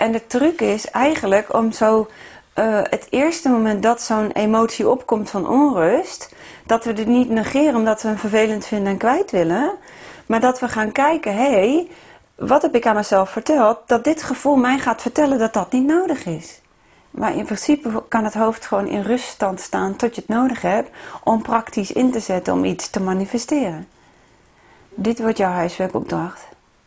En de truc is eigenlijk om zo het eerste moment dat zo'n emotie opkomt van onrust, dat we het niet negeren omdat we hem vervelend vinden en kwijt willen, maar dat we gaan kijken, hé, wat heb ik aan mezelf verteld, dat dit gevoel mij gaat vertellen dat dat niet nodig is. Maar in principe kan het hoofd gewoon in ruststand staan tot je het nodig hebt om praktisch in te zetten om iets te manifesteren. Dit wordt jouw huiswerkopdracht.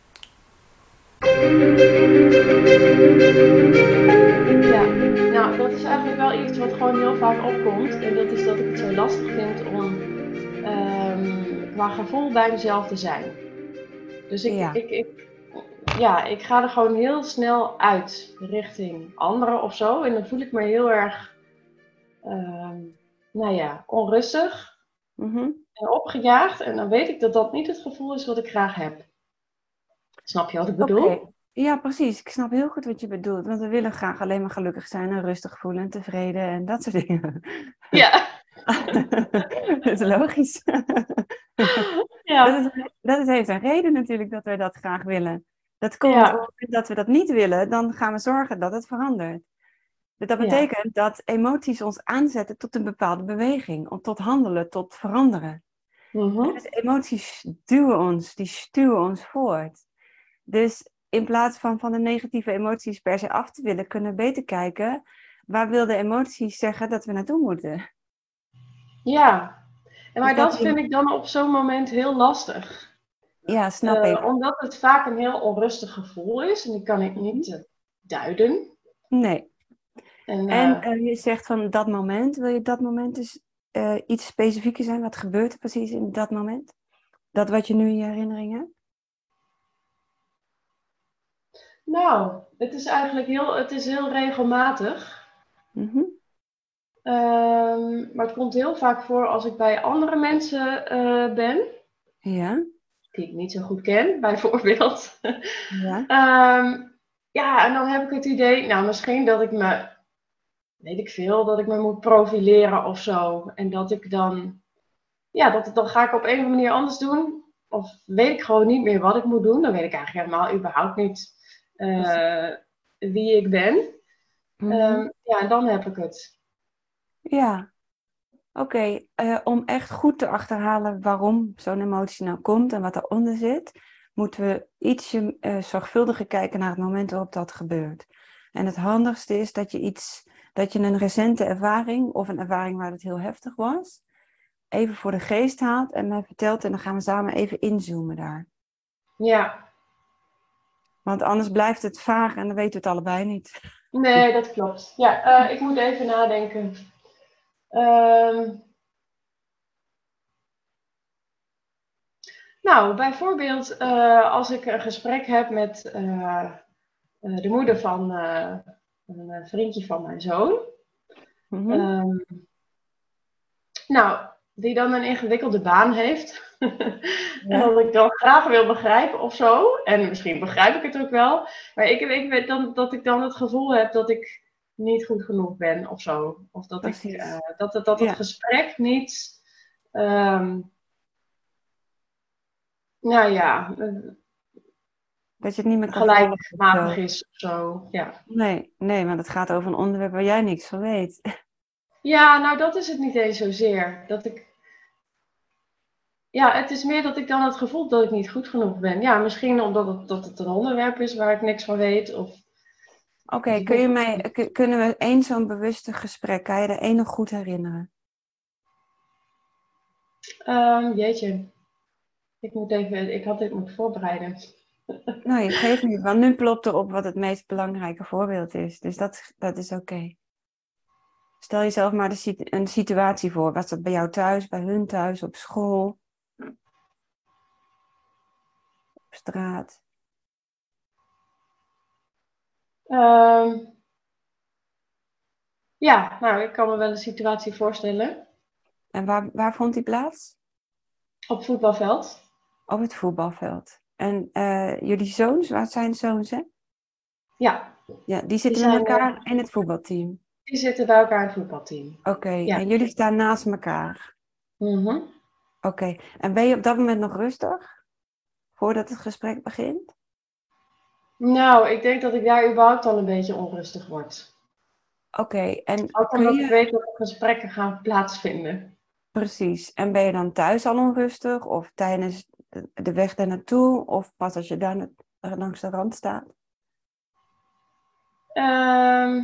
Ja, nou, dat is eigenlijk wel iets wat gewoon heel vaak opkomt. En dat is dat ik het zo lastig vind om qua gevoel bij mezelf te zijn. Dus Ja. ik ga er gewoon heel snel uit richting anderen of zo. En dan voel ik me heel erg, onrustig Mhm. en opgejaagd. En dan weet ik dat dat niet het gevoel is wat ik graag heb. Snap je wat ik Oké. bedoel? Ja, precies. Ik snap heel goed wat je bedoelt. Want we willen graag alleen maar gelukkig zijn en rustig voelen en tevreden en dat soort dingen. Ja, Dat is logisch. ja, Dat heeft een reden natuurlijk dat wij dat graag willen. Dat komt ja, omdat we dat niet willen, dan gaan we zorgen dat het verandert. Dus dat ja. betekent dat emoties ons aanzetten tot een bepaalde beweging, om tot handelen, tot veranderen. Mhm. Dus emoties duwen ons, die stuwen ons voort. Dus in plaats van de negatieve emoties per se af te willen, kunnen we beter kijken, waar wil de emoties zeggen dat we naartoe moeten? Ja, Dus maar dat dat vind die, ik dan op zo'n moment heel lastig. ja, snap ik. Omdat het vaak een heel onrustig gevoel is en die kan ik Mhm. niet duiden. Nee. En En je zegt van dat moment, wil je dat moment dus iets specifieker zijn? Wat gebeurt er precies in dat moment? Dat wat je nu in je herinnering hebt? nou, het is heel regelmatig. Mhm. Maar het komt heel vaak voor als ik bij andere mensen ben, Ja, die ik niet zo goed ken, bijvoorbeeld. ja, Ehm, ja, en dan heb ik het idee, nou misschien dat ik me, weet ik veel, dat ik me moet profileren of zo. En dat ik dan, ja, dan ga ik op een of andere manier anders doen. Of weet ik gewoon niet meer wat ik moet doen. Dan weet ik eigenlijk helemaal überhaupt niet precies. eh, wie ik ben. Mhm. Ja, en dan heb ik het. Ja, oké. Om echt goed te achterhalen waarom zo'n emotie nou komt en wat eronder zit, moeten we ietsje zorgvuldiger kijken naar het moment waarop dat gebeurt. En het handigste is dat je een recente ervaring of een ervaring waar het heel heftig was, even voor de geest haalt en mij vertelt en dan gaan we samen even inzoomen daar. Ja, Want anders blijft het vaag en dan weten we het allebei niet. nee, dat klopt. Ja, ik moet even nadenken. Ehm, nou, bijvoorbeeld als ik een gesprek heb met de moeder van een vriendje van mijn zoon. Mhm. Ehm, nou, die dan een ingewikkelde baan heeft. En Ja, dat ik dan graag wil begrijpen of zo. En misschien begrijp ik het ook wel. Maar ik weet dan dat ik dan het gevoel heb dat ik niet goed genoeg ben of zo. Of dat ik precies. dat het Ja, gesprek niet. ehm, nou ja, dat je het niet meer kan volgen of gelijkmatig zo. is of zo. Ja. Nee, nee, want het gaat over een onderwerp waar jij niks van weet. Ja, nou dat is het niet eens zozeer. Dat ik, ja, het is meer dat ik dan het gevoel heb dat ik niet goed genoeg ben. Ja, misschien omdat dat het een onderwerp is waar ik niks van weet. Of Oké, kunnen we één zo'n bewuste gesprek, kan je er één nog goed herinneren? jeetje, ik had dit moeten voorbereiden. Nou, je geeft niet, want nu plopt erop wat het meest belangrijke voorbeeld is. Dus dat is oké. Stel jezelf maar een situatie voor. Was dat bij jou thuis, bij hun thuis, op school, op straat? Ehm, ja, nou, ik kan me wel een situatie voorstellen. En waar vond die plaats? Op voetbalveld. Op het voetbalveld. En jullie zoons, waar zijn zoons, hè? Ja, Ja, die die, zitten met zijn, elkaar in het voetbalteam. die zitten bij elkaar in het voetbalteam. Oké, Ja. en jullie staan naast elkaar. Mhm. Oké, en ben je op dat moment nog rustig? Voordat het gesprek begint? Nou, ik denk dat ik daar überhaupt al een beetje onrustig word. Oké, en Ook kun omdat ik je... weet dat er gesprekken gaan plaatsvinden. Precies. En ben je dan thuis al onrustig? Of tijdens de weg daar naartoe? Of pas als je daar langs de rand staat? Ehm,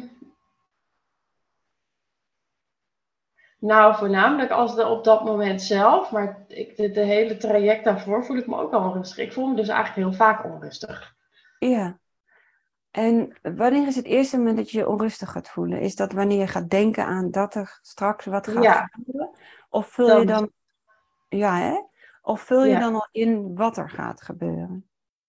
nou, voornamelijk op dat moment zelf. Maar de hele traject daarvoor voel ik me ook al onrustig. Ik voel me dus eigenlijk heel vaak onrustig. Ja. En wanneer is het eerste moment dat je je onrustig gaat voelen? Is dat wanneer je gaat denken aan dat er straks wat gaat Ja, gebeuren? Of vul je dan. dan, ja hè? Of vul je Ja. dan al in wat er gaat gebeuren?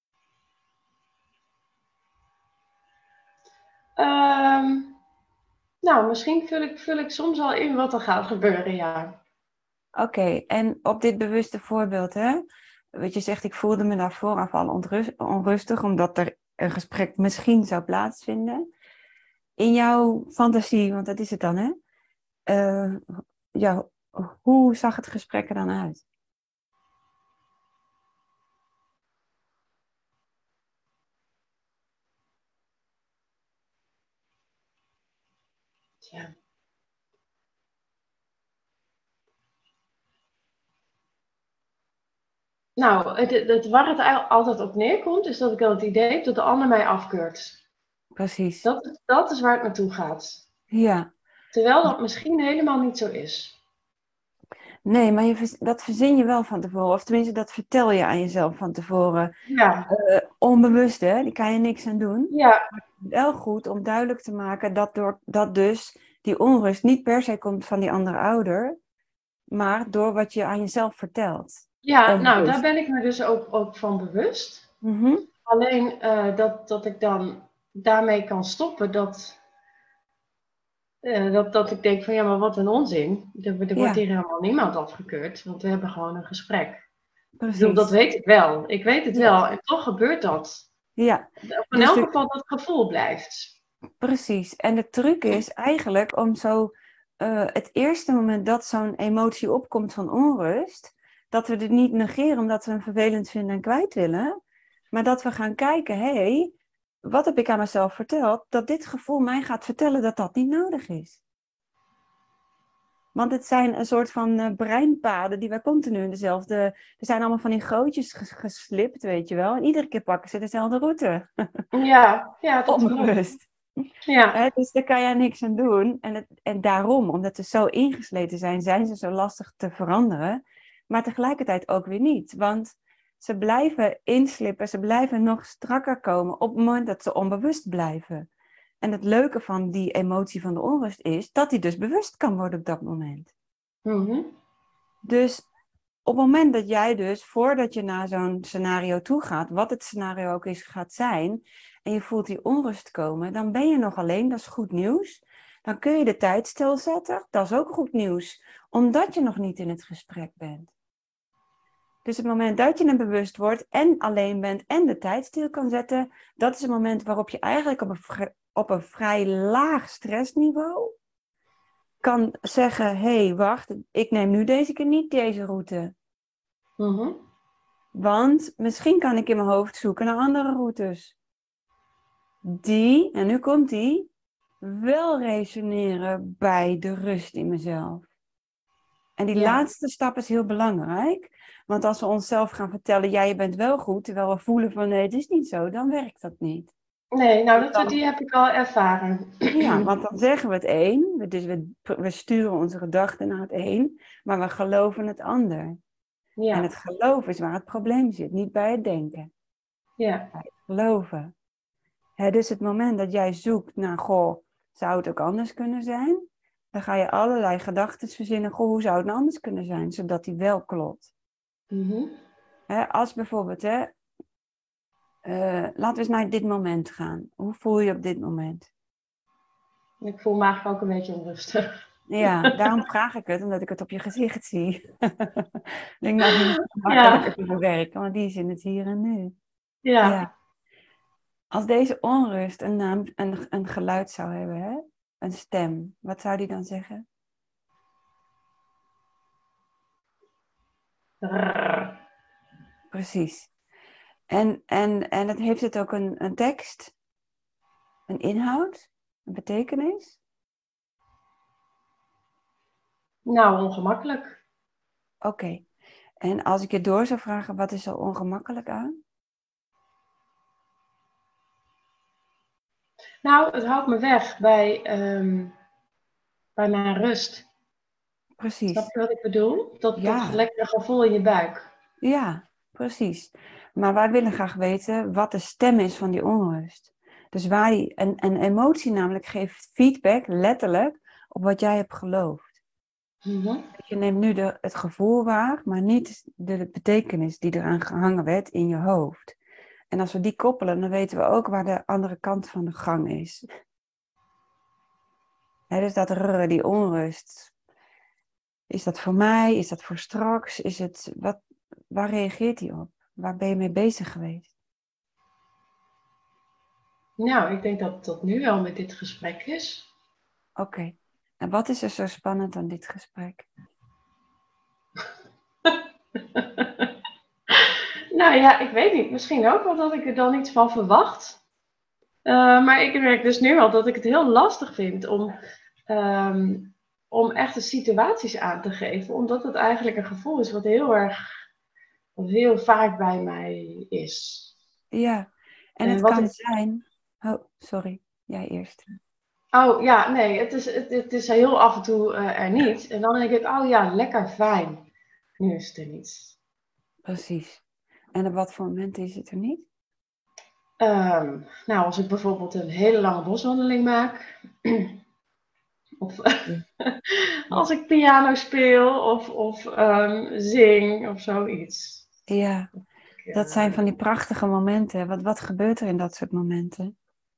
Ehm, nou, misschien vul ik soms al in wat er gaat gebeuren, ja. Oké, en op dit bewuste voorbeeld, hè? Wat je zegt, ik voelde me daar vooraf al onrustig, omdat er een gesprek misschien zou plaatsvinden. In jouw fantasie, want dat is het dan, hè? Eh, ja, hoe zag het gesprek er dan uit? Ja. Nou, waar het eigenlijk altijd op neerkomt, is dat ik dan het idee heb dat de ander mij afkeurt. Precies. Dat is waar het naartoe gaat. Ja. Terwijl dat misschien helemaal niet zo is. Nee, maar dat verzin je wel van tevoren. Of tenminste, dat vertel je aan jezelf van tevoren. Ja, Onbewust, hè? Die kan je niks aan doen. ja, Wel goed om duidelijk te maken dat dus die onrust niet per se komt van die andere ouder, maar door wat je aan jezelf vertelt. ja, nou, daar Onbewust. ben ik me dus ook van bewust. Mhm. Alleen dat ik dan daarmee kan stoppen, dat ik denk van ja, maar wat een onzin. Er wordt Ja, hier helemaal niemand afgekeurd, want we hebben gewoon een gesprek. Ik bedoel, dat precies. weet ik wel. Ik weet het Ja. wel. En toch gebeurt dat. Ja, Of in dus elk geval dat gevoel blijft. precies. En de truc is eigenlijk om zo het eerste moment dat zo'n emotie opkomt van onrust, dat we het niet negeren omdat we hem vervelend vinden en kwijt willen, maar dat we gaan kijken, hé, hey, wat heb ik aan mezelf verteld, dat dit gevoel mij gaat vertellen dat dat niet nodig is. Want het zijn een soort van breinpaden die wij continu in dezelfde... Er zijn allemaal van die gootjes geslipt, weet je wel. En iedere keer pakken ze dezelfde route. Ja, ja, dat klopt. Onbewust. Ja, Dus daar kan jij niks aan doen. En daarom, omdat ze zo ingesleten zijn, zijn ze zo lastig te veranderen. Maar tegelijkertijd ook weer niet. Want ze blijven inslippen, ze blijven nog strakker komen op het moment dat ze onbewust blijven. En het leuke van die emotie van de onrust is dat die dus bewust kan worden op dat moment. mhm. Dus op het moment dat jij dus, voordat je naar zo'n scenario toe gaat, wat het scenario ook is gaat zijn, en je voelt die onrust komen, dan ben je nog alleen, dat is goed nieuws. Dan kun je de tijd stilzetten, dat is ook goed nieuws, omdat je nog niet in het gesprek bent. Dus het moment dat je hem bewust wordt en alleen bent en de tijd stil kan zetten, dat is het moment waarop je eigenlijk op een vrij laag stressniveau kan zeggen, hé, hey, wacht, ik neem nu deze keer niet deze route. Mhm. Want misschien kan ik in mijn hoofd zoeken naar andere routes. Die, en nu komt die, wel resoneren bij de rust in mezelf. En die Ja. laatste stap is heel belangrijk. Want als we onszelf gaan vertellen, ja, je bent wel goed, terwijl we voelen van nee, het is niet zo, dan werkt dat niet. Nee, nou, Dus dan, die heb ik al ervaren. ja, want dan zeggen we het een, dus we sturen onze gedachten naar het een, maar we geloven het ander. En het Ja, geloof is waar het probleem zit, niet bij het denken, ja. bij het geloven. Dus het moment dat jij zoekt naar, goh, zou het ook anders kunnen zijn? Dan ga je allerlei gedachten verzinnen, goh, hoe zou het nou anders kunnen zijn, zodat die wel klopt. Mhm. Als bijvoorbeeld, laten we eens naar dit moment gaan. Hoe voel je op dit moment? Ik voel me eigenlijk ook een beetje onrustig. Ja, daarom vraag ik het, omdat ik het op je gezicht zie. Ik denk, nou, die is makkelijker Ja, te verwerken, want die is in het hier en nu. ja. Ja. Als deze onrust een naam, een geluid zou hebben, hè? Een stem, wat zou die dan zeggen? Rrr. Precies. En het heeft het ook een tekst, een inhoud, een betekenis? Nou, ongemakkelijk. Oké. En als ik je door zou vragen, wat is er ongemakkelijk aan? Nou, het houdt me weg bij mijn rust. Precies. Snap je wat ik bedoel? Dat Ja, lekkere gevoel in je buik. ja, precies. Maar wij willen graag weten wat de stem is van die onrust. Dus waar die, een emotie namelijk geeft feedback, letterlijk, op wat jij hebt geloofd. Mhm. Je neemt nu het gevoel waar, maar niet de betekenis die eraan gehangen werd in je hoofd. En als we die koppelen, dan weten we ook waar de andere kant van de gang is. Dus dat rrr, die onrust. Is dat voor mij? Is dat voor straks? Waar reageert hij op? Waar ben je mee bezig geweest? Nou, ik denk dat het tot nu wel met dit gesprek is. Oké. En wat is er zo spannend aan dit gesprek? Nou ja, ik weet niet. Misschien ook wel dat ik er dan iets van verwacht. Maar ik merk dus nu al dat ik het heel lastig vind ehm, om echte situaties aan te geven. Omdat het eigenlijk een gevoel is wat heel vaak bij mij is. Ja. En En het wat kan ik. zijn... Oh, sorry. Jij eerst. Oh ja, nee, het is heel af en toe er niet. En dan denk ik, oh ja, lekker fijn. Nu is het er niet. Precies. En op wat voor momenten is het er niet? Nou, als ik bijvoorbeeld een hele lange boswandeling maak. Of Ja. als ik piano speel of zing of zoiets. Ja, Ik, dat zijn van die prachtige momenten. Wat gebeurt er in dat soort momenten?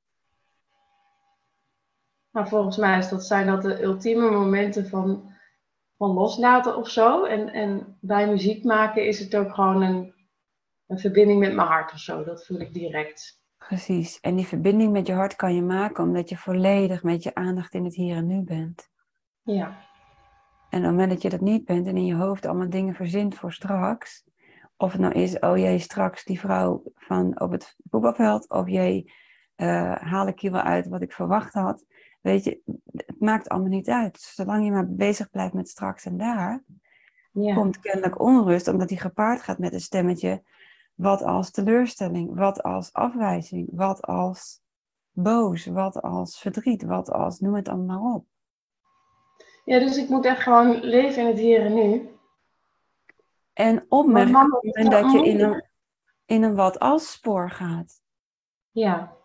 maar volgens mij zijn dat de ultieme momenten van loslaten of zo. En bij muziek maken is het ook gewoon een verbinding met mijn hart of zo. Dat voel ik direct. Precies. En die verbinding met je hart kan je maken omdat je volledig met je aandacht in het hier en nu bent. Ja. En op het moment dat je dat niet bent en in je hoofd allemaal dingen verzint voor straks, of het nou is, oh jee, straks die vrouw van op het voetbalveld, of jee, haal ik hier wel uit wat ik verwacht had. Weet je, het maakt allemaal niet uit. Zolang je maar bezig blijft met straks en daar, Ja. komt kennelijk onrust, omdat die gepaard gaat met een stemmetje. Wat als teleurstelling? Wat als afwijzing? Wat als boos? Wat als verdriet? Wat als, noem het allemaal maar op. Ja, dus ik moet echt gewoon leven in het hier en nu. En Maar opmerken man, op dat het is moment zo dat je moeilijk. in een wat als spoor gaat. Ja.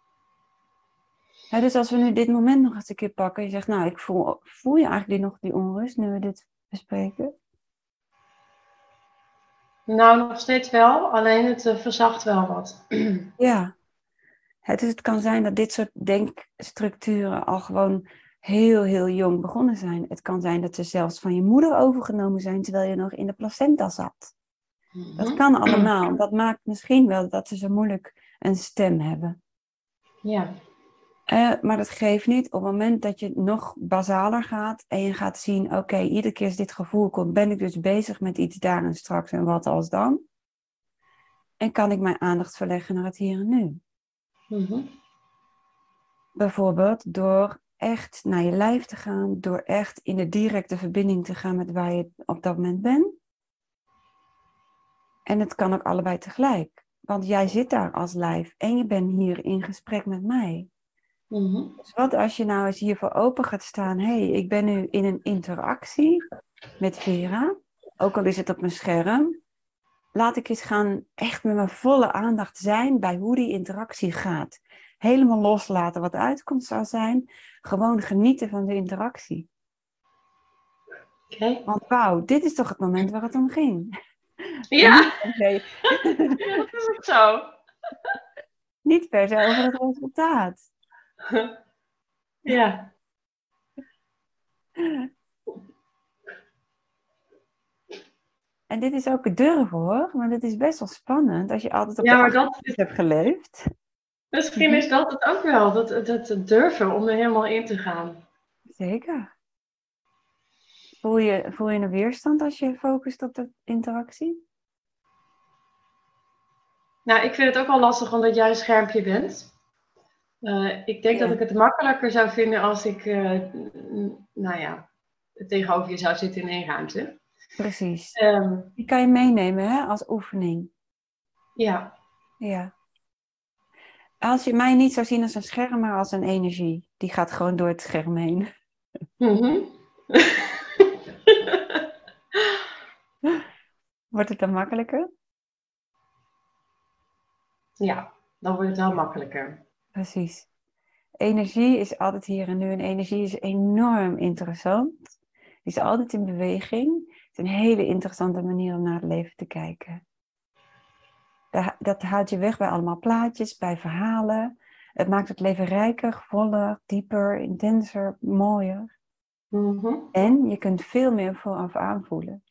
Dus als we nu dit moment nog eens een keer pakken. Je zegt, nou, voel je eigenlijk nog die onrust nu we dit bespreken? Nou, nog steeds wel, alleen het verzacht wel wat. Ja. Het kan zijn dat dit soort denkstructuren al gewoon heel, heel jong begonnen zijn. Het kan zijn dat ze zelfs van je moeder overgenomen zijn terwijl je nog in de placenta zat. Dat Mhm. kan allemaal. Dat maakt misschien wel dat ze zo moeilijk een stem hebben. Ja. Maar dat geeft niet. Op het moment dat je nog basaler gaat en je gaat zien, oké, iedere keer als dit gevoel komt, ben ik dus bezig met iets daar en straks en wat als dan? En kan ik mijn aandacht verleggen naar het hier en nu? Mhm. Bijvoorbeeld door echt naar je lijf te gaan, door echt in de directe verbinding te gaan met waar je op dat moment bent. En het kan ook allebei tegelijk. Want jij zit daar als lijf en je bent hier in gesprek met mij. Mhm. Dus wat als je nou eens hiervoor open gaat staan, hé, ik ben nu in een interactie met Vera, ook al is het op mijn scherm. Laat ik eens gaan echt met mijn volle aandacht zijn bij hoe die interactie gaat. Helemaal loslaten wat de uitkomst zou zijn. Gewoon genieten van de interactie. Oké. Want wauw, dit is toch het moment waar het om ging. En Ja, niet per se, ja, dat is ook zo. niet per se over het resultaat. Ja. En dit is ook het durven hoor, maar dit is best wel spannend als je altijd op Ja, de maar achtergrond hebt geleefd. misschien Mhm. is dat het ook wel, dat durven om er helemaal in te gaan. Zeker. Voel je een weerstand als je focust op de interactie? Nou, ik vind het ook wel lastig omdat jij een schermpje bent. Ik denk dat Ja, ik het makkelijker zou vinden als ik, nou ja, tegenover je zou zitten in één ruimte. precies. Ehm, Die kan je meenemen, hè, als oefening. ja. Ja. Als je mij niet zou zien als een scherm, maar als een energie. Die gaat gewoon door het scherm heen. Mhm. Wordt het dan makkelijker? Ja, dan wordt het wel Ja, makkelijker. precies. Energie is altijd hier en nu. En energie is enorm interessant. Die is altijd in beweging. Het is een hele interessante manier om naar het leven te kijken. Dat haalt je weg bij allemaal plaatjes, bij verhalen. Het maakt het leven rijker, voller, dieper, intenser, mooier. Mhm. En je kunt veel meer vooraf aanvoelen.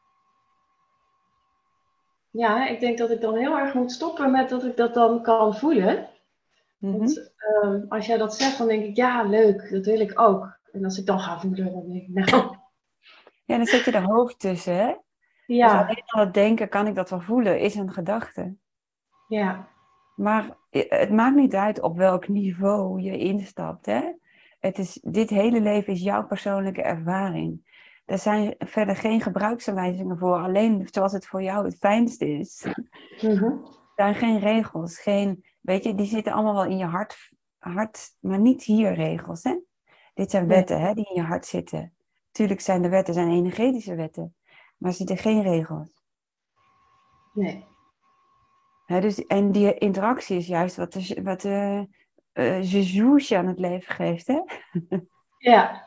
Ja, ik denk dat ik dan heel erg moet stoppen met dat ik dat dan kan voelen. Mhm. Want als jij dat zegt, dan denk ik, ja, leuk, dat wil ik ook. En als ik dan ga voelen, dan denk ik, nou, Ja, dan zet je er hoofd tussen, hè? Dus ja, alleen al het denken, kan ik dat wel voelen, is een gedachte. ja, Maar het maakt niet uit op welk niveau je instapt, hè? Dit hele leven is jouw persoonlijke ervaring. Er zijn verder geen gebruiksaanwijzingen voor, alleen zoals het voor jou het fijnste is. mhm. Er zijn geen regels, weet je, die zitten allemaal wel in je hart, maar niet hier regels, hè? Dit zijn Nee, wetten, hè, die in je hart zitten. Tuurlijk zijn de wetten zijn energetische wetten, maar er zitten geen regels. nee, Hè, dus, en die interactie is juist wat Jezus aan het leven geeft, hè? ja,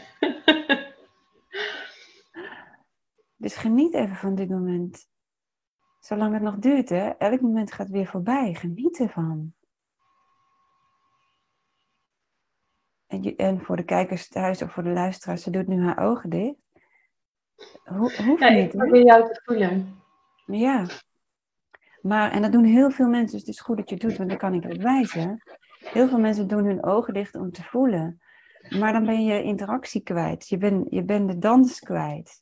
Dus geniet even van dit moment. Zolang het nog duurt, hè? Elk moment gaat weer voorbij. Geniet ervan. En voor de kijkers thuis of voor de luisteraars, ze doet nu haar ogen dicht. Hoeft ja, ik niet, hè? probeer jou te voelen. Ja. Maar, en dat doen heel veel mensen, dus het is goed dat je het doet, want dan kan ik dat wijzen. Heel veel mensen doen hun ogen dicht om te voelen. Maar dan ben je interactie kwijt. Je bent de dans kwijt.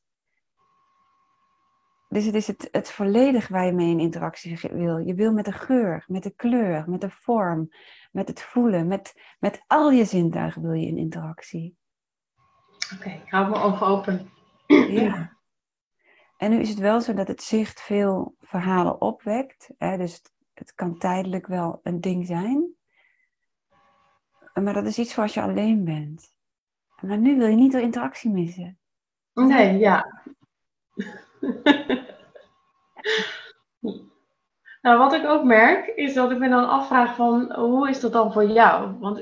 Dus het is het volledig waar je mee in interactie wil. Je wil met de geur, met de kleur, met de vorm, met het voelen, met al je zintuigen wil je in interactie. Oké, ik hou mijn ogen open. Ja. En nu is het wel zo dat het zicht veel verhalen opwekt. Hè? Dus het kan tijdelijk wel een ding zijn. Maar dat is iets voor als je alleen bent. Maar nu wil je niet de interactie missen. Dat heb Nee, je. ja. Nou, wat ik ook merk, is dat ik me dan afvraag van, hoe is dat dan voor jou? Want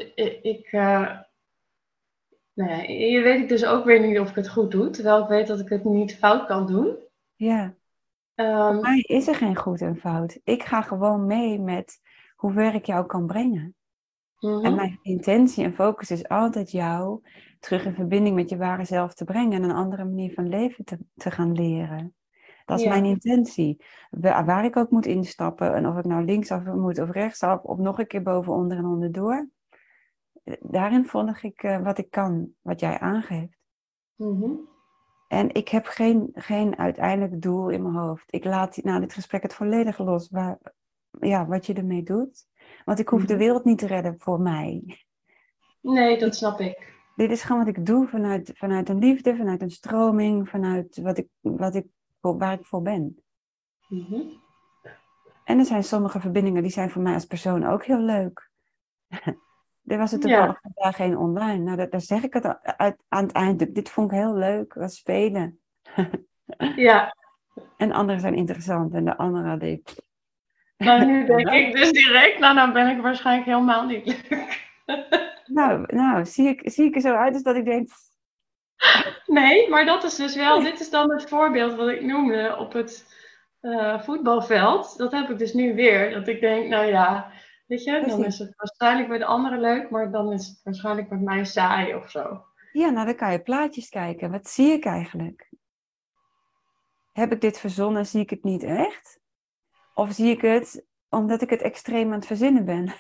nou ja, hier weet ik dus ook weer niet of ik het goed doe, terwijl ik weet dat ik het niet fout kan doen. Ja. Voor Ehm, mij is er geen goed en fout. Ik ga gewoon mee met hoe ver ik jou kan brengen. En mhm. mijn intentie en focus is altijd jou terug in verbinding met je ware zelf te brengen en een andere manier van leven te gaan leren. Dat is mijn Ja. intentie. Waar ik ook moet instappen en of ik nou linksaf moet of rechtsaf of nog een keer boven, onder en onderdoor. Daarin volg ik wat ik kan, wat jij aangeeft. Mhm. En ik heb geen uiteindelijk doel in mijn hoofd. Ik laat na dit gesprek het volledig los, wat je ermee doet. Want ik hoef de Mhm. wereld niet te redden voor mij. Nee, dat snap ik. Dit is gewoon wat ik doe vanuit een liefde, vanuit een stroming, vanuit waar ik voor ben. Mhm. En er zijn sommige verbindingen die zijn voor mij als persoon ook heel leuk. Er was er Ja, toevallig vandaag geen online. Nou, daar zeg ik het aan het eind. Dit vond ik heel leuk, was spelen. ja. En andere zijn interessant. En de andere deed. Nou, nu Nou, denk ik dus direct, nou, dan ben ik waarschijnlijk helemaal niet leuk. nou, zie ik er zo uit als dat ik denk. Nee, maar dat is dus wel, dit is dan het voorbeeld wat ik noemde op het voetbalveld. Dat heb ik dus nu weer. Dat ik denk, nou ja, weet je, dan is Precies. het waarschijnlijk bij de anderen leuk, maar dan is het waarschijnlijk met mij saai of zo. Ja, nou dan kan je plaatjes kijken. Wat zie ik eigenlijk? Heb ik dit verzonnen, zie ik het niet echt? Of zie ik het omdat ik het extreem aan het verzinnen ben?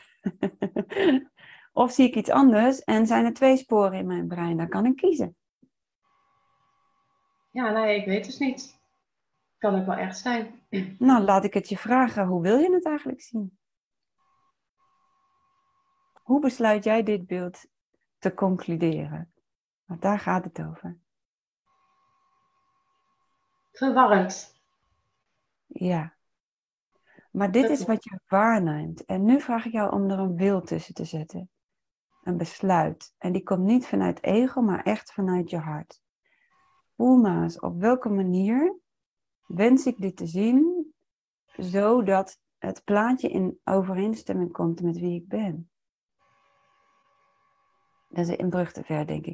Of zie ik iets anders en zijn er twee sporen in mijn brein? Dan kan ik kiezen. Ja, nee, ik weet dus niet. kan ook wel echt zijn. Nou, laat ik het je vragen. Hoe wil je het eigenlijk zien? Hoe besluit jij dit beeld te concluderen? Want daar gaat het over. Verwarrend. Ja. Maar dit Dat is wat je waarneemt. En nu vraag ik jou om er een wil tussen te zetten. Een besluit. En die komt niet vanuit ego, maar echt vanuit je hart. Voel maar eens op welke manier wens ik dit te zien, zodat het plaatje in overeenstemming komt met wie ik ben. Dat is een brug te ver, denk ik.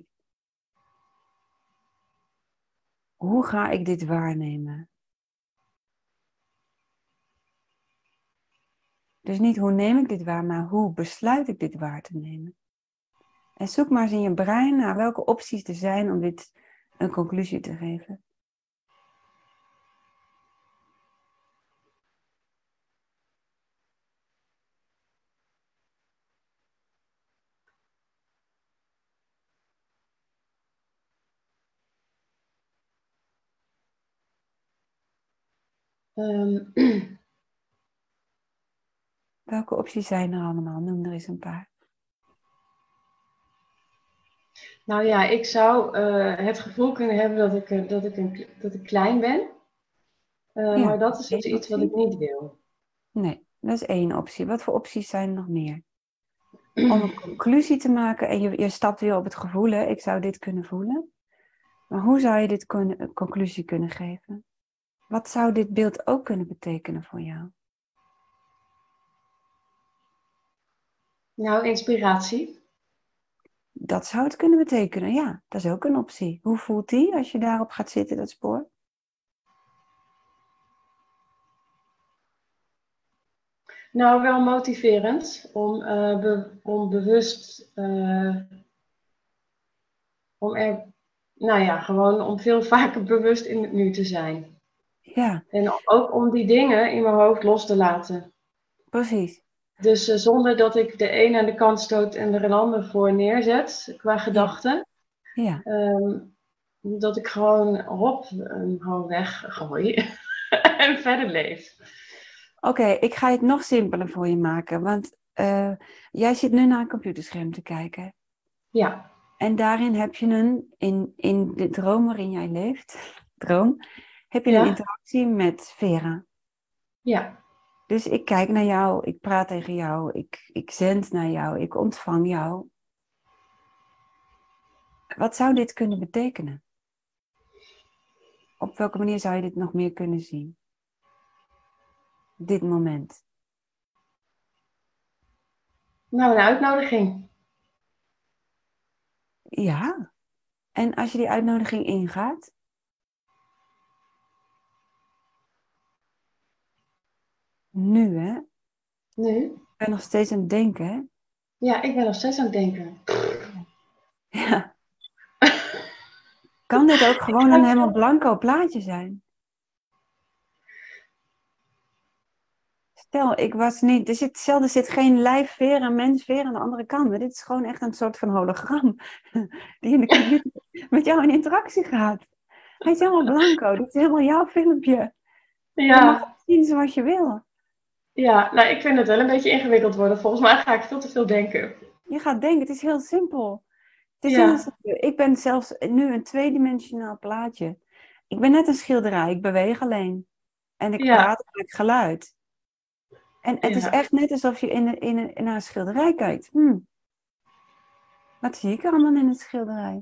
Hoe ga ik dit waarnemen? Dus niet hoe neem ik dit waar, maar hoe besluit ik dit waar te nemen? En zoek maar eens in je brein naar welke opties er zijn om dit een conclusie te geven. um, Welke opties zijn er allemaal? Noem er eens een paar. Nou ja, ik zou het gevoel kunnen hebben dat ik klein ben. Ja, Maar dat is dus één iets wat ik optie. niet wil. Nee, dat is één optie. Wat voor opties zijn er nog meer? Om een conclusie te maken en je stapt weer op het gevoel, hè? Ik zou dit kunnen voelen. Maar hoe zou je dit conclusie kunnen geven? Wat zou dit beeld ook kunnen betekenen voor jou? Nou, inspiratie. Dat zou het kunnen betekenen, ja. Dat is ook een optie. Hoe voelt die als je daarop gaat zitten, dat spoor? Nou, wel motiverend om bewust, om er, nou ja, gewoon om veel vaker bewust in het nu te zijn. Ja, En ook om die dingen in mijn hoofd los te laten. precies. Dus zonder dat ik de een aan de kant stoot en er een ander voor neerzet, qua Ja, gedachten. ja. Dat ik gewoon gewoon weggooi en verder leef. Oké, ik ga het nog simpeler voor je maken. Want jij zit nu naar een computerscherm te kijken. Ja, En daarin heb je in de droom waarin jij leeft, droom, heb je een ja, interactie met Vera. ja. Dus ik kijk naar jou, ik praat tegen jou, ik zend naar jou, ik ontvang jou. Wat zou dit kunnen betekenen? Op welke manier zou je dit nog meer kunnen zien? Dit moment. Nou, een uitnodiging. Ja. En als je die uitnodiging ingaat, nu hè, Nu? ik ben nog steeds aan het denken hè. Ja, ik ben nog steeds aan het denken. Ja. Kan dit ook gewoon een helemaal blanco plaatje zijn? Stel, ik was niet. Er zit geen lijfveer en mensveer aan de andere kant. Maar dit is gewoon echt een soort van hologram. Die in de computer met jou in interactie gaat. Hij is helemaal blanco. Dit is helemaal jouw filmpje. Je mag Ja, het zien zoals je wil. ja, nou, ik vind het wel een beetje ingewikkeld worden. Volgens mij ga ik veel te veel denken. Je gaat denken, het is heel simpel. Het is heel Ja, simpel. Ik ben zelfs nu een tweedimensionaal plaatje. Ik ben net een schilderij. Ik beweeg alleen. En ik ja, praat en ik geluid. En het is ja, echt net alsof je naar een schilderij kijkt. Wat zie ik er allemaal in het schilderij?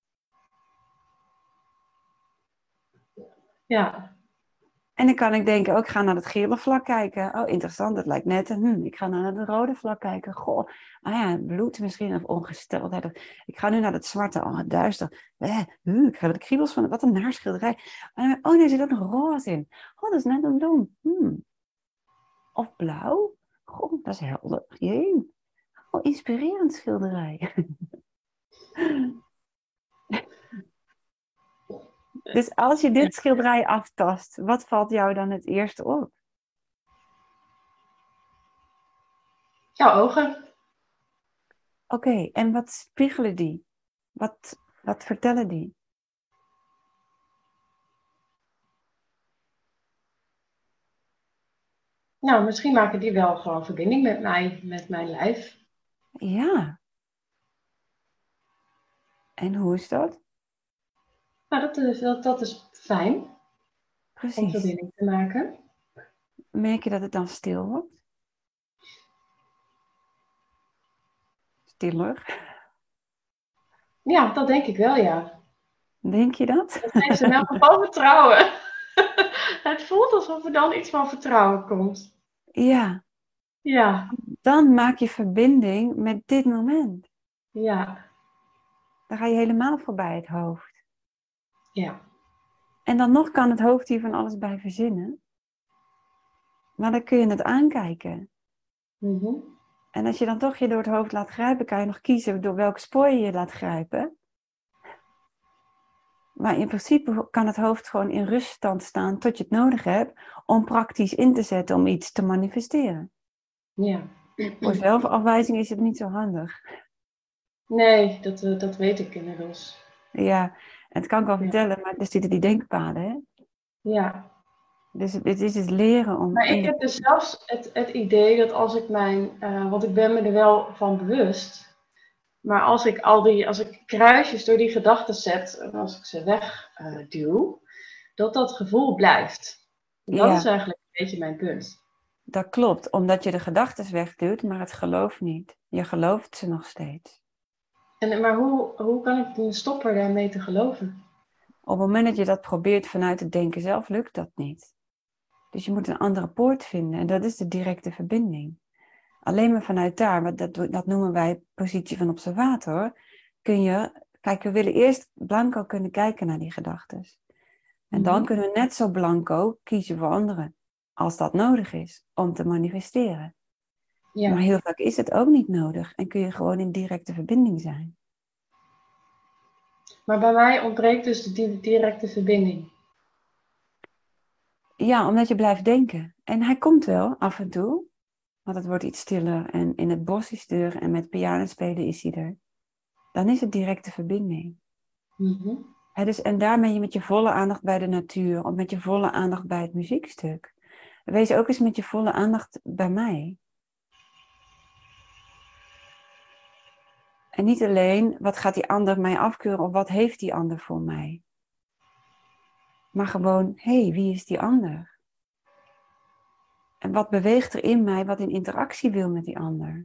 ja, En dan kan ik denken, oh, ik ga naar het gele vlak kijken. Oh, interessant, dat lijkt net. Ik ga naar het rode vlak kijken. Goh, ah ja, bloed misschien of ongesteldheid. Ik ga nu naar het zwarte, oh, duister. Ik ga de kriebels van, wat een naar schilderij. Oh, nee, er zit ook nog roze in. Oh, dat is net een bloem. Of blauw. Goh, dat is helder. Jee. Oh, inspirerend schilderij. Dus als je ja. dit schilderij aftast, wat valt jou dan het eerste op? Jouw ogen. Oké, en wat spiegelen die? Wat vertellen die? Nou, misschien maken die wel gewoon verbinding met mij, met mijn lijf. Ja. En hoe is dat? Nou, dat is fijn om Precies. verbinding te maken. Merk je dat het dan stil wordt? Stiller? Ja, dat denk ik wel, ja. Denk je dat? Dat geeft in elk geval vertrouwen. Het voelt alsof er dan iets van vertrouwen komt. Ja. Ja, Dan maak je verbinding met dit moment. ja, Dan ga je helemaal voorbij het hoofd. ja. En dan nog kan het hoofd hier van alles bij verzinnen. Maar dan kun je het aankijken. Mhm. En als je dan toch je door het hoofd laat grijpen, kan je nog kiezen door welk spoor je je laat grijpen. Maar in principe kan het hoofd gewoon in ruststand staan tot je het nodig hebt om praktisch in te zetten om iets te manifesteren. Ja. Voor zelfafwijzing is het niet zo handig. Nee, dat weet ik inmiddels. Ja, en het kan ik wel Ja. vertellen, maar er zitten die denkpaden. Hè? Ja. Dus het is het leren om Maar in ik de... heb dus zelfs het idee dat als ik want ik ben me er wel van bewust, maar als ik kruisjes door die gedachten zet en als ik ze wegduw, dat gevoel blijft. Dat is Ja, eigenlijk een beetje mijn punt. dat klopt, omdat je de gedachten wegduwt, maar het geloof niet. Je gelooft ze nog steeds. Maar hoe kan ik me stoppen daarmee te geloven? Op het moment dat je dat probeert vanuit het denken zelf, lukt dat niet. Dus je moet een andere poort vinden en dat is de directe verbinding. Alleen maar vanuit daar, dat noemen wij positie van observator, kun je... Kijk, we willen eerst blanco kunnen kijken naar die gedachten. En dan Mhm. kunnen we net zo blanco kiezen voor anderen, als dat nodig is, om te manifesteren. Maar Ja, heel vaak is het ook niet nodig en kun je gewoon in directe verbinding zijn. maar bij mij ontbreekt dus die directe verbinding. Ja, omdat je blijft denken. En hij komt wel af en toe, want het wordt iets stiller en in het bos is hij er en met piano spelen is hij er. Dan is het directe verbinding. Mhm. Dus, en daarmee je met je volle aandacht bij de natuur of met je volle aandacht bij het muziekstuk. Wees ook eens met je volle aandacht bij mij. En niet alleen, wat gaat die ander mij afkeuren of wat heeft die ander voor mij. Maar gewoon, hé, wie is die ander? En wat beweegt er in mij wat in interactie wil met die ander?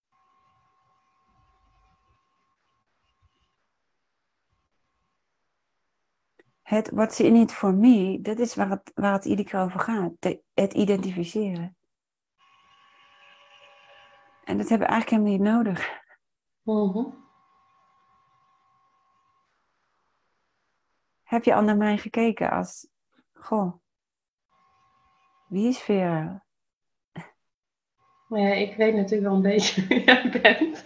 Het what's in it for me, dat is waar het iedere keer over gaat. Het identificeren. En dat hebben we eigenlijk helemaal niet nodig. Mhm. Heb je al naar mij gekeken als, goh, wie is Vera? Maar ja, ik weet natuurlijk wel een beetje wie jij bent.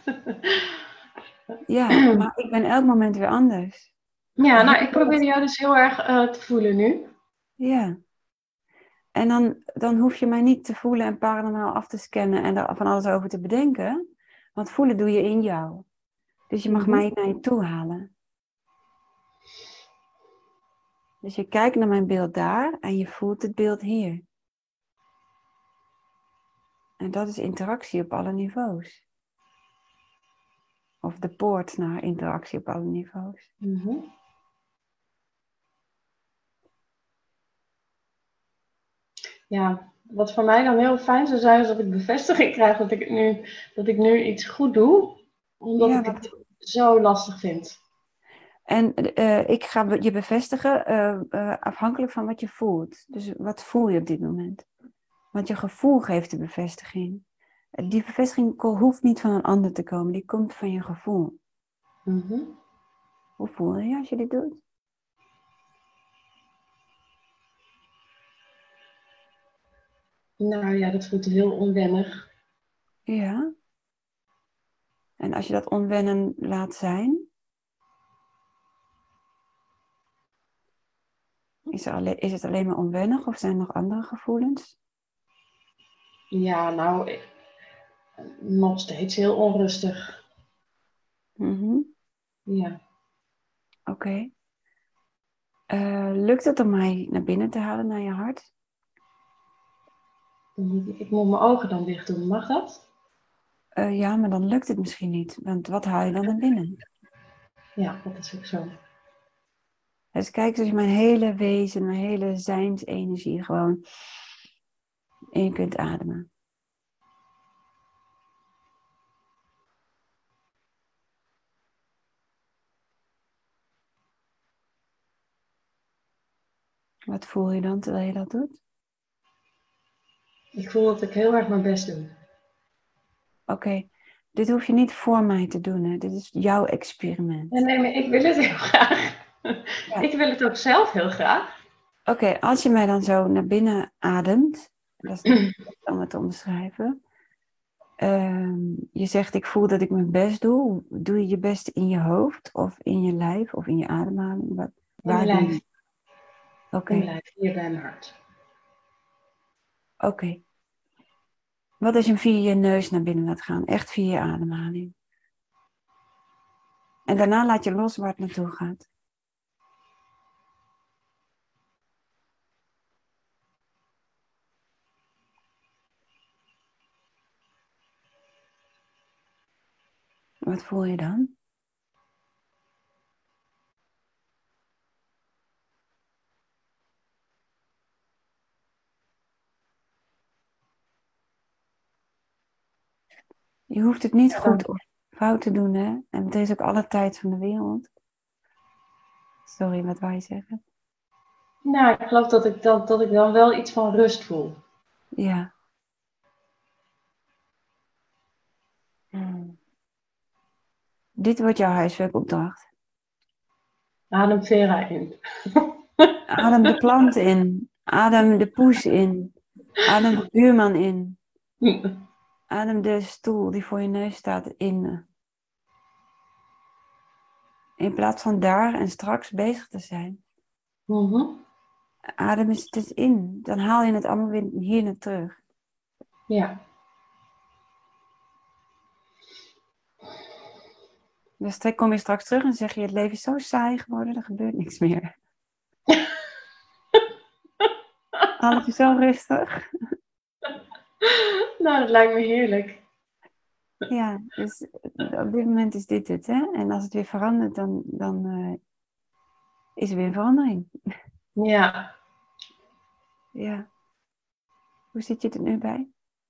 Ja, maar ik ben elk moment weer anders. Ja, Heel nou, ik probeer wat, jou dus heel erg te voelen nu. ja. En dan hoef je mij niet te voelen en paranormaal af te scannen en er van alles over te bedenken. Want voelen doe je in jou. Dus je mag Mhm. mij naar je toe halen. Dus je kijkt naar mijn beeld daar en je voelt het beeld hier. En dat is interactie op alle niveaus. Of de poort naar interactie op alle niveaus. Mhm. Ja, wat voor mij dan heel fijn zou zijn, is dat ik bevestiging krijg dat ik nu iets goed doe, omdat Ja, ik het zo lastig vind. en ik ga je bevestigen afhankelijk van wat je voelt. Dus wat voel je op dit moment? Want je gevoel geeft de bevestiging. Die bevestiging hoeft niet van een ander te komen, die komt van je gevoel. Mhm. Hoe voel je als je dit doet? Nou ja, dat voelt heel onwennig. Ja. En als je dat onwennen laat zijn, is het alleen maar onwennig of zijn er nog andere gevoelens? Ja, nou, nog steeds heel onrustig. Mhm. Ja. Oké. Lukt het om mij naar binnen te halen, naar je hart? Ik moet mijn ogen dan dicht doen. Mag dat? Ja, maar dan lukt het misschien niet. Want wat haal je dan naar binnen? Ja, dat is ook zo. Dus kijk eens mijn hele wezen, mijn hele zijnsenergie gewoon in kunt ademen. Wat voel je dan terwijl je dat doet? Ik voel dat ik heel erg mijn best doe. Oké, dit hoef je niet voor mij te doen, hè? Dit is jouw experiment. Nee, maar ik wil het heel graag. Ja. Ik wil het ook zelf heel graag. Oké, als je mij dan zo naar binnen ademt, dat is niet om het te omschrijven. Je zegt, ik voel dat ik mijn best doe. Doe je je best in je hoofd of in je lijf of in je ademhaling? In mijn Waar doe je lijf. het? Oké, In mijn lijf, hier bij mijn hart. oké. Wat als je hem via je neus naar binnen laat gaan? Echt via je ademhaling. En daarna laat je los waar het naartoe gaat. Wat voel je dan? Je hoeft het niet Ja, goed of fout te doen, hè? En het is ook alle tijd van de wereld. Sorry, wat wou je zeggen? nou, ik geloof dat ik dan wel iets van rust voel. Ja. Hmm. Dit wordt jouw huiswerkopdracht. Adem Vera in. Adem de plant in. Adem de poes in. Adem de buurman in. Adem de stoel die voor je neus staat in. In plaats van daar en straks bezig te zijn. Adem eens het in. Dan haal je het allemaal weer hier naar terug. Ja. Dus dan kom je straks terug en zeg je, het leven is zo saai geworden, er gebeurt niks meer. Alles is zo rustig. Nou, dat lijkt me heerlijk. Ja, dus op dit moment is dit het, hè? En als het weer verandert, dan is er weer een verandering. Ja. Ja. Hoe zit je er nu bij?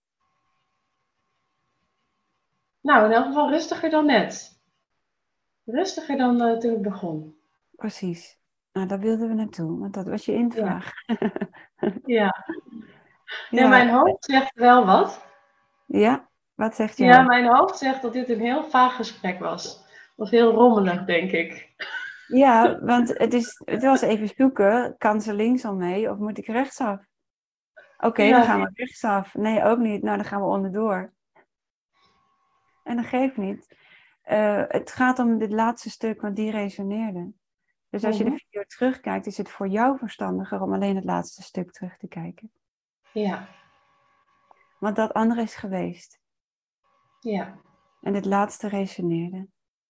Nou, in elk geval rustiger dan net. Rustiger dan toen ik begon. Precies. Nou, daar wilden we naartoe, want dat was je Ja. invraag. Ja. Ja, Ja, mijn hoofd zegt wel wat. ja, wat zegt je Ja, hoofd? mijn hoofd zegt dat dit een heel vaag gesprek was. Of heel rommelig, denk ik. Ja, want het was even zoeken, kan ze linksom mee of moet ik rechtsaf? Oké, dan Ja. gaan we rechtsaf. Nee, ook niet. Nou, dan gaan we onderdoor. En dat geeft niet. Het gaat om dit laatste stuk, want die resoneerde. Dus als je de video terugkijkt, is het voor jou verstandiger om alleen het laatste stuk terug te kijken. Ja. Want dat andere is geweest. Ja. En het laatste resoneerde.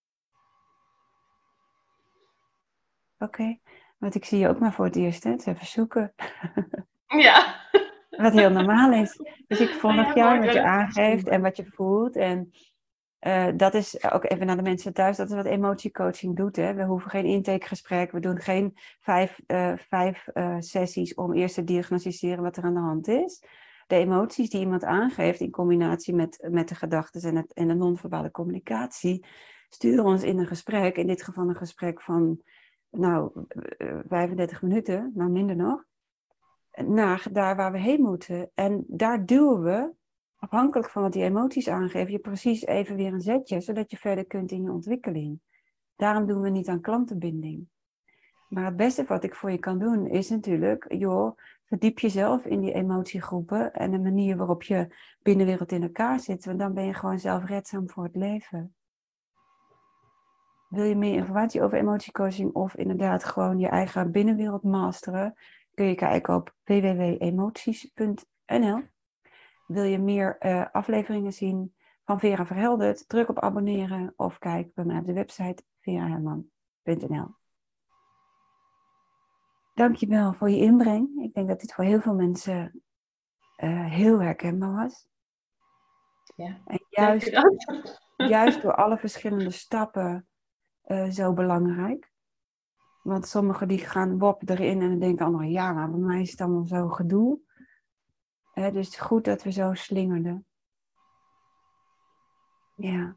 Oké. Want ik zie je ook maar voor het eerst, hè? Het is even zoeken. Ja. Wat heel normaal is. Dus ik volg Ja, jou, mooi, ik wat wil je het aangeeft en terugzien. wat je voelt. En dat is ook even naar de mensen thuis, dat is wat emotiecoaching doet. Hè? We hoeven geen intakegesprek, we doen geen vijf sessies om eerst te diagnosticeren wat er aan de hand is. De emoties die iemand aangeeft in combinatie met de gedachten en de non-verbale communicatie, sturen ons in een gesprek, in dit geval een gesprek van 35 minuten, nou minder nog, naar daar waar we heen moeten. En daar duwen we, afhankelijk van wat die emoties aangeven, je precies even weer een zetje, zodat je verder kunt in je ontwikkeling. Daarom doen we niet aan klantenbinding. Maar het beste wat ik voor je kan doen, is natuurlijk, joh, verdiep jezelf in die emotiegroepen en de manier waarop je binnenwereld in elkaar zit, want dan ben je gewoon zelfredzaam voor het leven. Wil je meer informatie over emotiecoaching of inderdaad gewoon je eigen binnenwereld masteren, kun je kijken op www.emoties.nl. Wil je meer afleveringen zien van Vera Verheldert, druk op abonneren of kijk bij mij op de website veraherman.nl. Dankjewel voor je inbreng. Ik denk dat dit voor heel veel mensen heel herkenbaar was. Ja. En Denk je dat? juist door alle verschillende stappen zo belangrijk. Want sommigen die gaan wop erin en dan denken anderen, ja, maar bij mij is het allemaal zo gedoe. Dus goed dat we zo slingerden. Ja.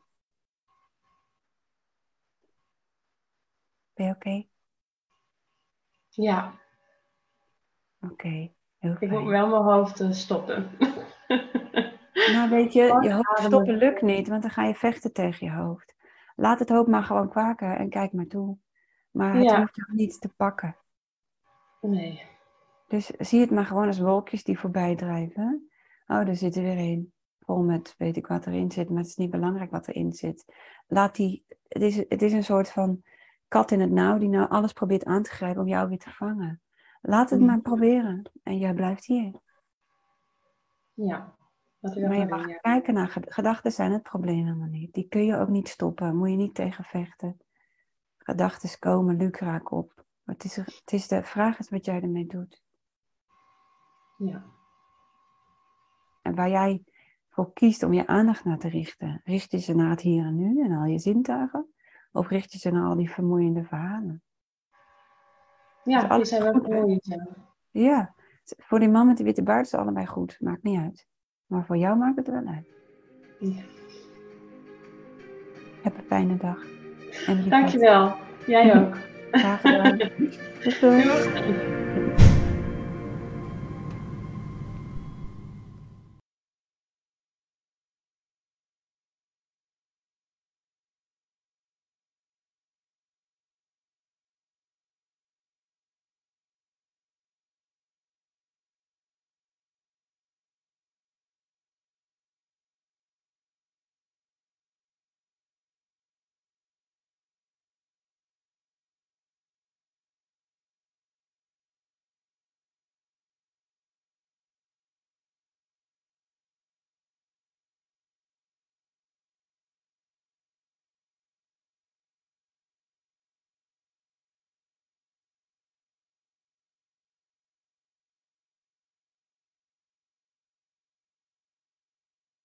Ben je oké? Ja, Oké, heel ik moet fijn. wel mijn hoofd stoppen. Nou weet je, je Gewoon hoofd stoppen ademen. lukt niet, want dan ga je vechten tegen je hoofd. Laat het hoofd maar gewoon kwaken en kijk maar toe. Maar het Ja, hoeft jou niet te pakken. nee. Dus zie het maar gewoon als wolkjes die voorbij drijven. Oh, daar zit er weer een. Vol met weet ik wat erin zit, maar het is niet belangrijk wat erin zit. Het is een soort van kat in het nauw die nou alles probeert aan te grijpen om jou weer te vangen. Laat het maar proberen en jij blijft hier. Ja, laat ik dat Maar je maar doen, mag ja. kijken naar gedachten zijn het probleem helemaal niet. Die kun je ook niet stoppen, moet je niet tegen vechten. Gedachten komen lukraak op. Maar de vraag is wat jij ermee doet. Ja, En waar jij voor kiest om je aandacht naar te richten. Richt je ze naar het hier en nu en al je zintuigen? Of richt je ze naar al die vermoeiende verhalen? Dus ja, die alles zijn is wel goed, hè? vermoeiend, ja. Ja. Voor die man met de witte baard is allebei goed. Maakt niet uit. Maar voor jou maakt het wel uit. Ja. Heb een fijne dag. En liefheid. Dankjewel. Jij ook. Graag gedaan. Doei. Doei.